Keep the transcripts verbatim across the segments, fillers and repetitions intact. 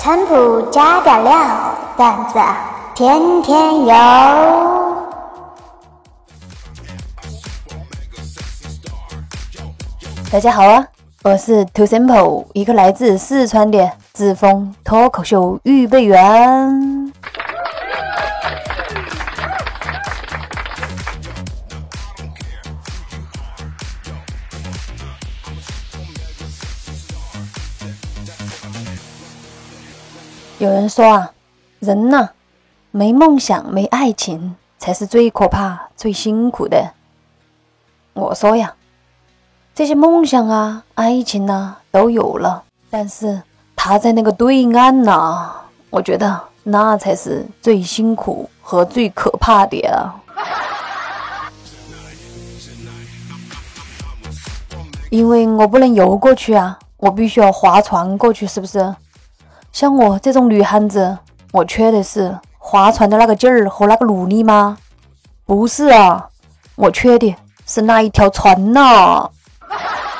餐谱加点料，段子天天有。 大家好啊，我是 Too Simple， 一个来自四川的自封脱口秀预备员。有人说啊，人呐、啊，没梦想没爱情才是最可怕最辛苦的。我说呀，这些梦想啊爱情啊都有了，但是他在那个对岸呐、啊，我觉得那才是最辛苦和最可怕的啊。因为我不能游过去啊，我必须要划船过去，是不是？像我这种女汉子，我缺的是划船的那个劲儿和那个努力吗？不是啊，我缺的是那一条船呐、啊。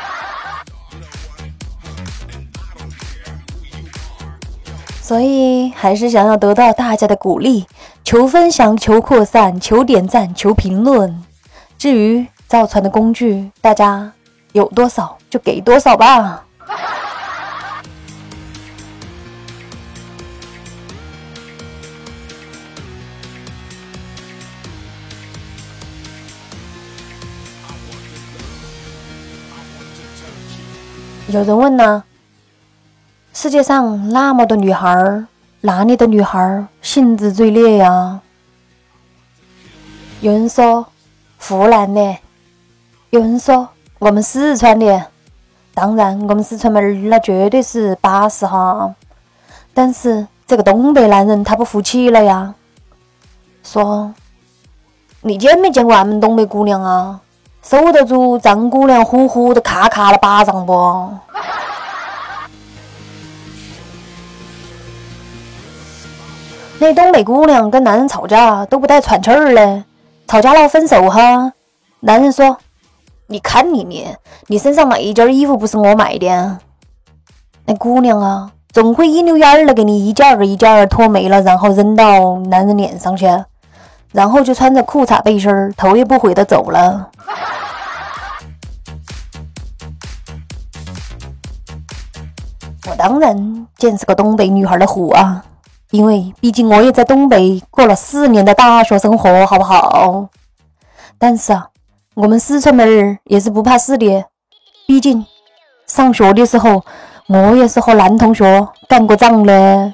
所以还是想要得到大家的鼓励，求分享，求扩散，求点赞，求评论。至于造船的工具，大家有多少就给多少吧。有人问呢，世界上那么多女孩，哪里的女孩性子最烈呀？有人说湖南的，有人说我们四川的，当然我们四川妹那绝对是巴适哈。但是这个东北男人他不服气了呀，说你见没见过俺们东北姑娘啊？守得住张姑娘呼呼的咔咔的巴掌不？那东北姑娘跟男人吵架都不带喘气儿嘞，吵架闹分手哈。男人说：“你看你你，你身上哪一件衣服不是我买的？”那姑娘啊，总会一溜烟儿的给你一件儿一件儿脱没了，然后扔到男人脸上去，然后就穿着裤衩背心儿，头也不回的走了。我当然见识个东北女孩的虎啊，因为毕竟我也在东北过了四年的大学生活，好不好？但是啊，我们四川妹儿也是不怕事的，毕竟上学的时候我也是和男同学干过仗的。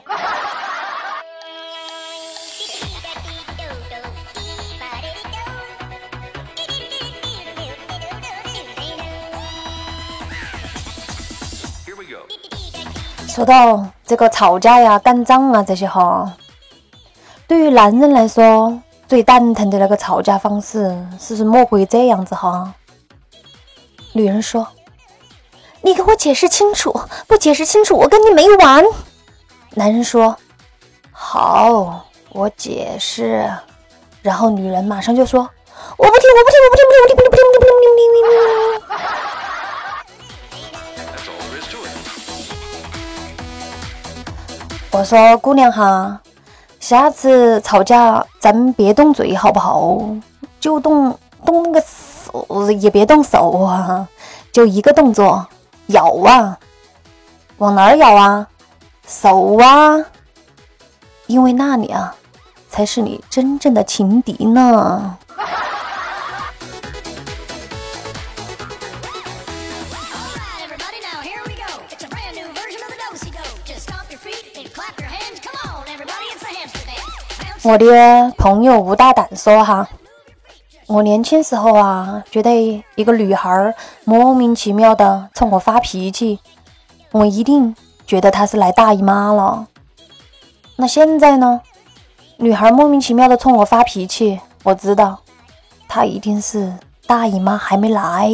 说到这个吵架呀、干仗啊这些哈，对于男人来说，最蛋疼的那个吵架方式，是不是莫过于这样子哈？女人说：“你给我解释清楚，不解释清楚，我跟你没完。”男人说：“好，我解释。”然后女人马上就说：“我不听，我不听，我不听，我不听，我不听，我不听，我不听，我不听，我不听。”我说姑娘哈，下次吵架咱别动嘴好不好？就动动那个手，也别动手啊，就一个动作，咬啊，往哪儿咬啊？手啊，因为那里啊，才是你真正的情敌呢。我的朋友吴大胆说哈，我年轻时候啊，觉得一个女孩莫名其妙的冲我发脾气，我一定觉得她是来大姨妈了。那现在呢，女孩莫名其妙的冲我发脾气，我知道她一定是大姨妈还没来。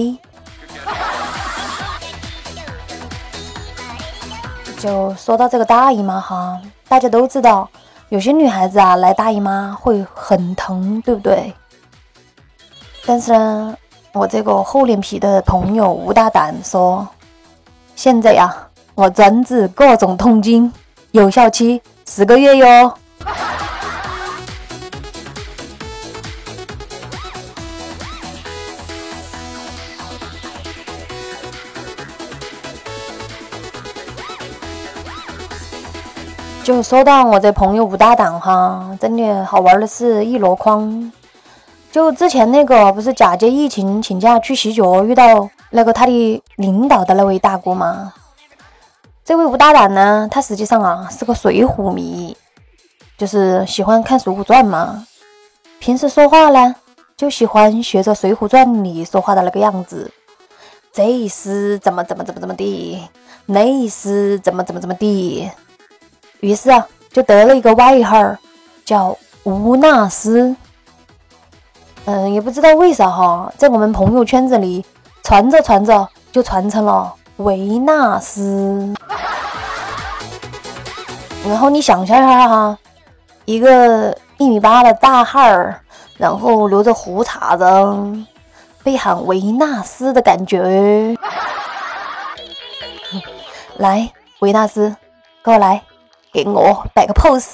就说到这个大姨妈哈，大家都知道有些女孩子啊，来大姨妈会很疼，对不对？但是呢，我这个厚脸皮的朋友吴大胆说，现在呀，我专治各种痛经， 有效期十个月哟。就说到我这朋友吴大胆哈，真的好玩的是一箩筐。就之前那个不是假借疫情请假去洗脚，遇到那个他的领导的那位大哥吗？这位吴大胆呢，他实际上啊是个水浒迷，就是喜欢看《水浒传》嘛。平时说话呢，就喜欢学着《水浒传》里说话的那个样子，这是怎么怎么怎么怎么地，那是怎么怎么怎么地。于是啊，就得了一个外号，叫吴纳斯。嗯，也不知道为啥哈，在我们朋友圈子里传着传着就传成了维纳斯。然后你想象一下哈，一个一米八的大汉儿，然后留着胡茬子，被喊维纳斯的感觉。来，维纳斯，过来，给我摆个 pose。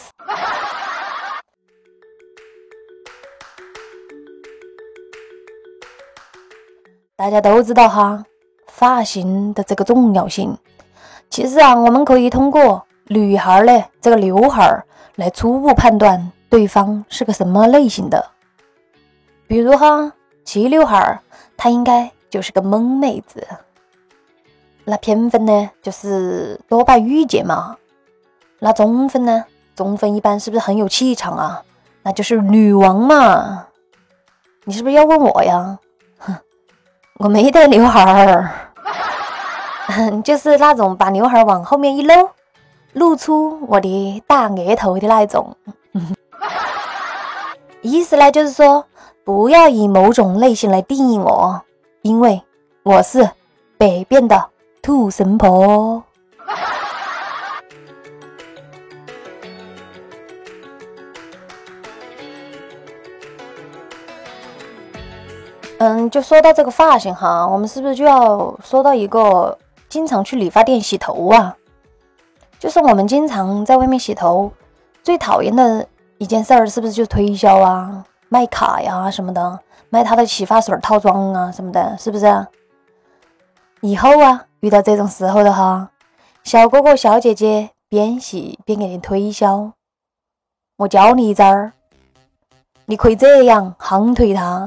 大家都知道哈，发型的这个重要性。其实啊，我们可以通过女孩的这个刘海来初步判断对方是个什么类型的。比如哈，齐刘海，她应该就是个萌妹子。那偏分呢，就是多半御姐嘛。那中分呢，中分一般是不是很有气场啊？那就是女王嘛。你是不是要问我呀？我没带刘海儿，就是那种把刘海往后面一搂，露出我的大额头的那种。意思呢，就是说不要以某种类型来定义我，因为我是北边的兔神婆。嗯，就说到这个发型哈，我们是不是就要说到一个经常去理发店洗头啊？就是我们经常在外面洗头，最讨厌的一件事儿是不是就推销啊、卖卡呀什么的，卖他的洗发水套装啊什么的，是不是？以后啊，遇到这种时候的哈，小哥哥小姐姐边洗边给你推销，我教你一招儿，你可以这样夯推他。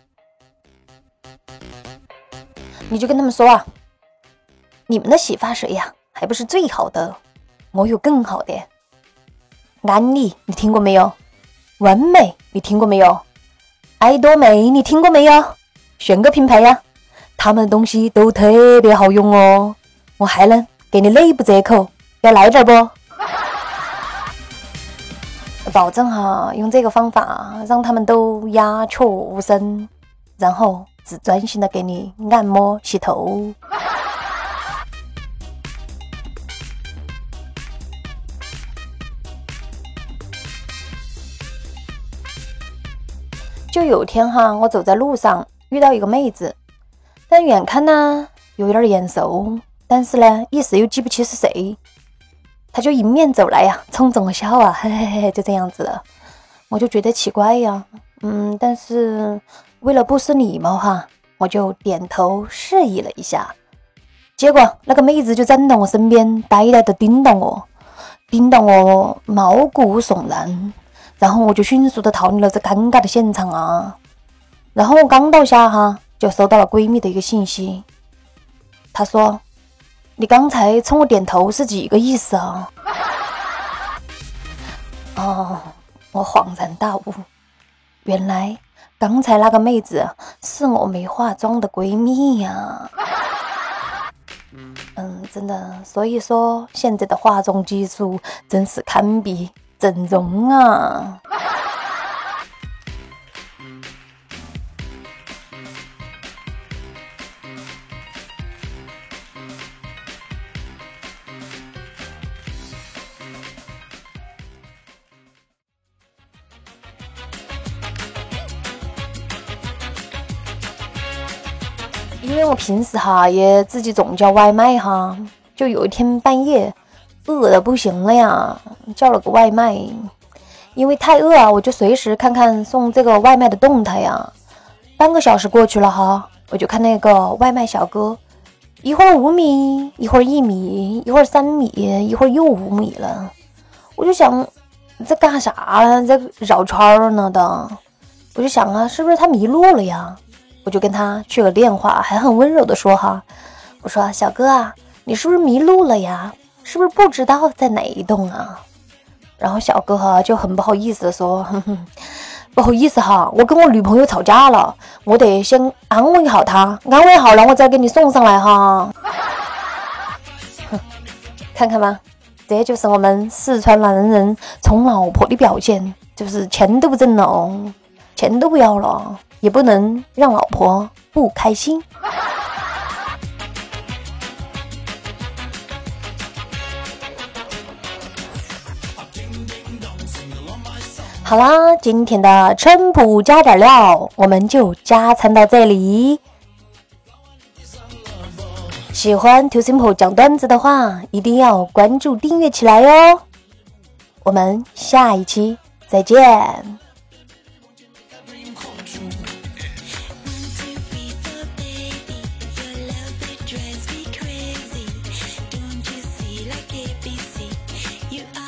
你就跟他们说啊，你们的洗发水呀，还不是最好的，我有更好的。安利你听过没有？完美你听过没有？爱多美你听过没有？选个品牌呀，他们的东西都特别好用哦，我还能给你内部折扣，要来点不？保证哈，用这个方法让他们都鸦雀无声，然后只专心的给你按摩洗头。就有天哈，我走在路上遇到一个妹子，但远看呢有点眼熟，但是呢一时又记不起是谁。她就迎面走来呀，冲着我笑啊，嘿嘿嘿，就这样子了。我就觉得奇怪呀，嗯，但是为了不失礼貌哈，我就点头示意了一下。结果那个妹子就站到我身边，呆呆的盯到我，盯到我毛骨悚然。然后我就迅速的逃离了这尴尬的现场啊。然后我刚到家哈，就收到了闺蜜的一个信息，她说：“你刚才冲我点头是几个意思啊？”哦，我恍然大悟，原来刚才那个妹子是我没化妆的闺蜜呀。嗯，真的，所以说现在的化妆技术真是堪比整容啊。因为我平时哈也自己总叫外卖哈，就有一天半夜饿的不行了呀，叫了个外卖。因为太饿啊，我就随时看看送这个外卖的动态呀。半个小时过去了哈，我就看那个外卖小哥，一会儿五米，一会儿一米，一会儿三米，一会儿又五米了。我就想，在干啥了？在绕圈呢的。我就想啊，是不是他迷路了呀？我就跟他去个电话，还很温柔的说哈，我说小哥啊，你是不是迷路了呀？是不是不知道在哪一栋啊？然后小哥哈就很不好意思的说，哼哼，不好意思哈，我跟我女朋友吵架了，我得先安慰好她，安慰好了我再给你送上来哈。哼，看看吧，这就是我们四川男人宠老婆的表现，就是钱都不挣了哦，钱都不要了，也不能让老婆不开心。好啦，今天的春普加点料我们就加餐到这里。喜欢 To Simple 讲段子的话，一定要关注订阅起来哟。我们下一期再见。You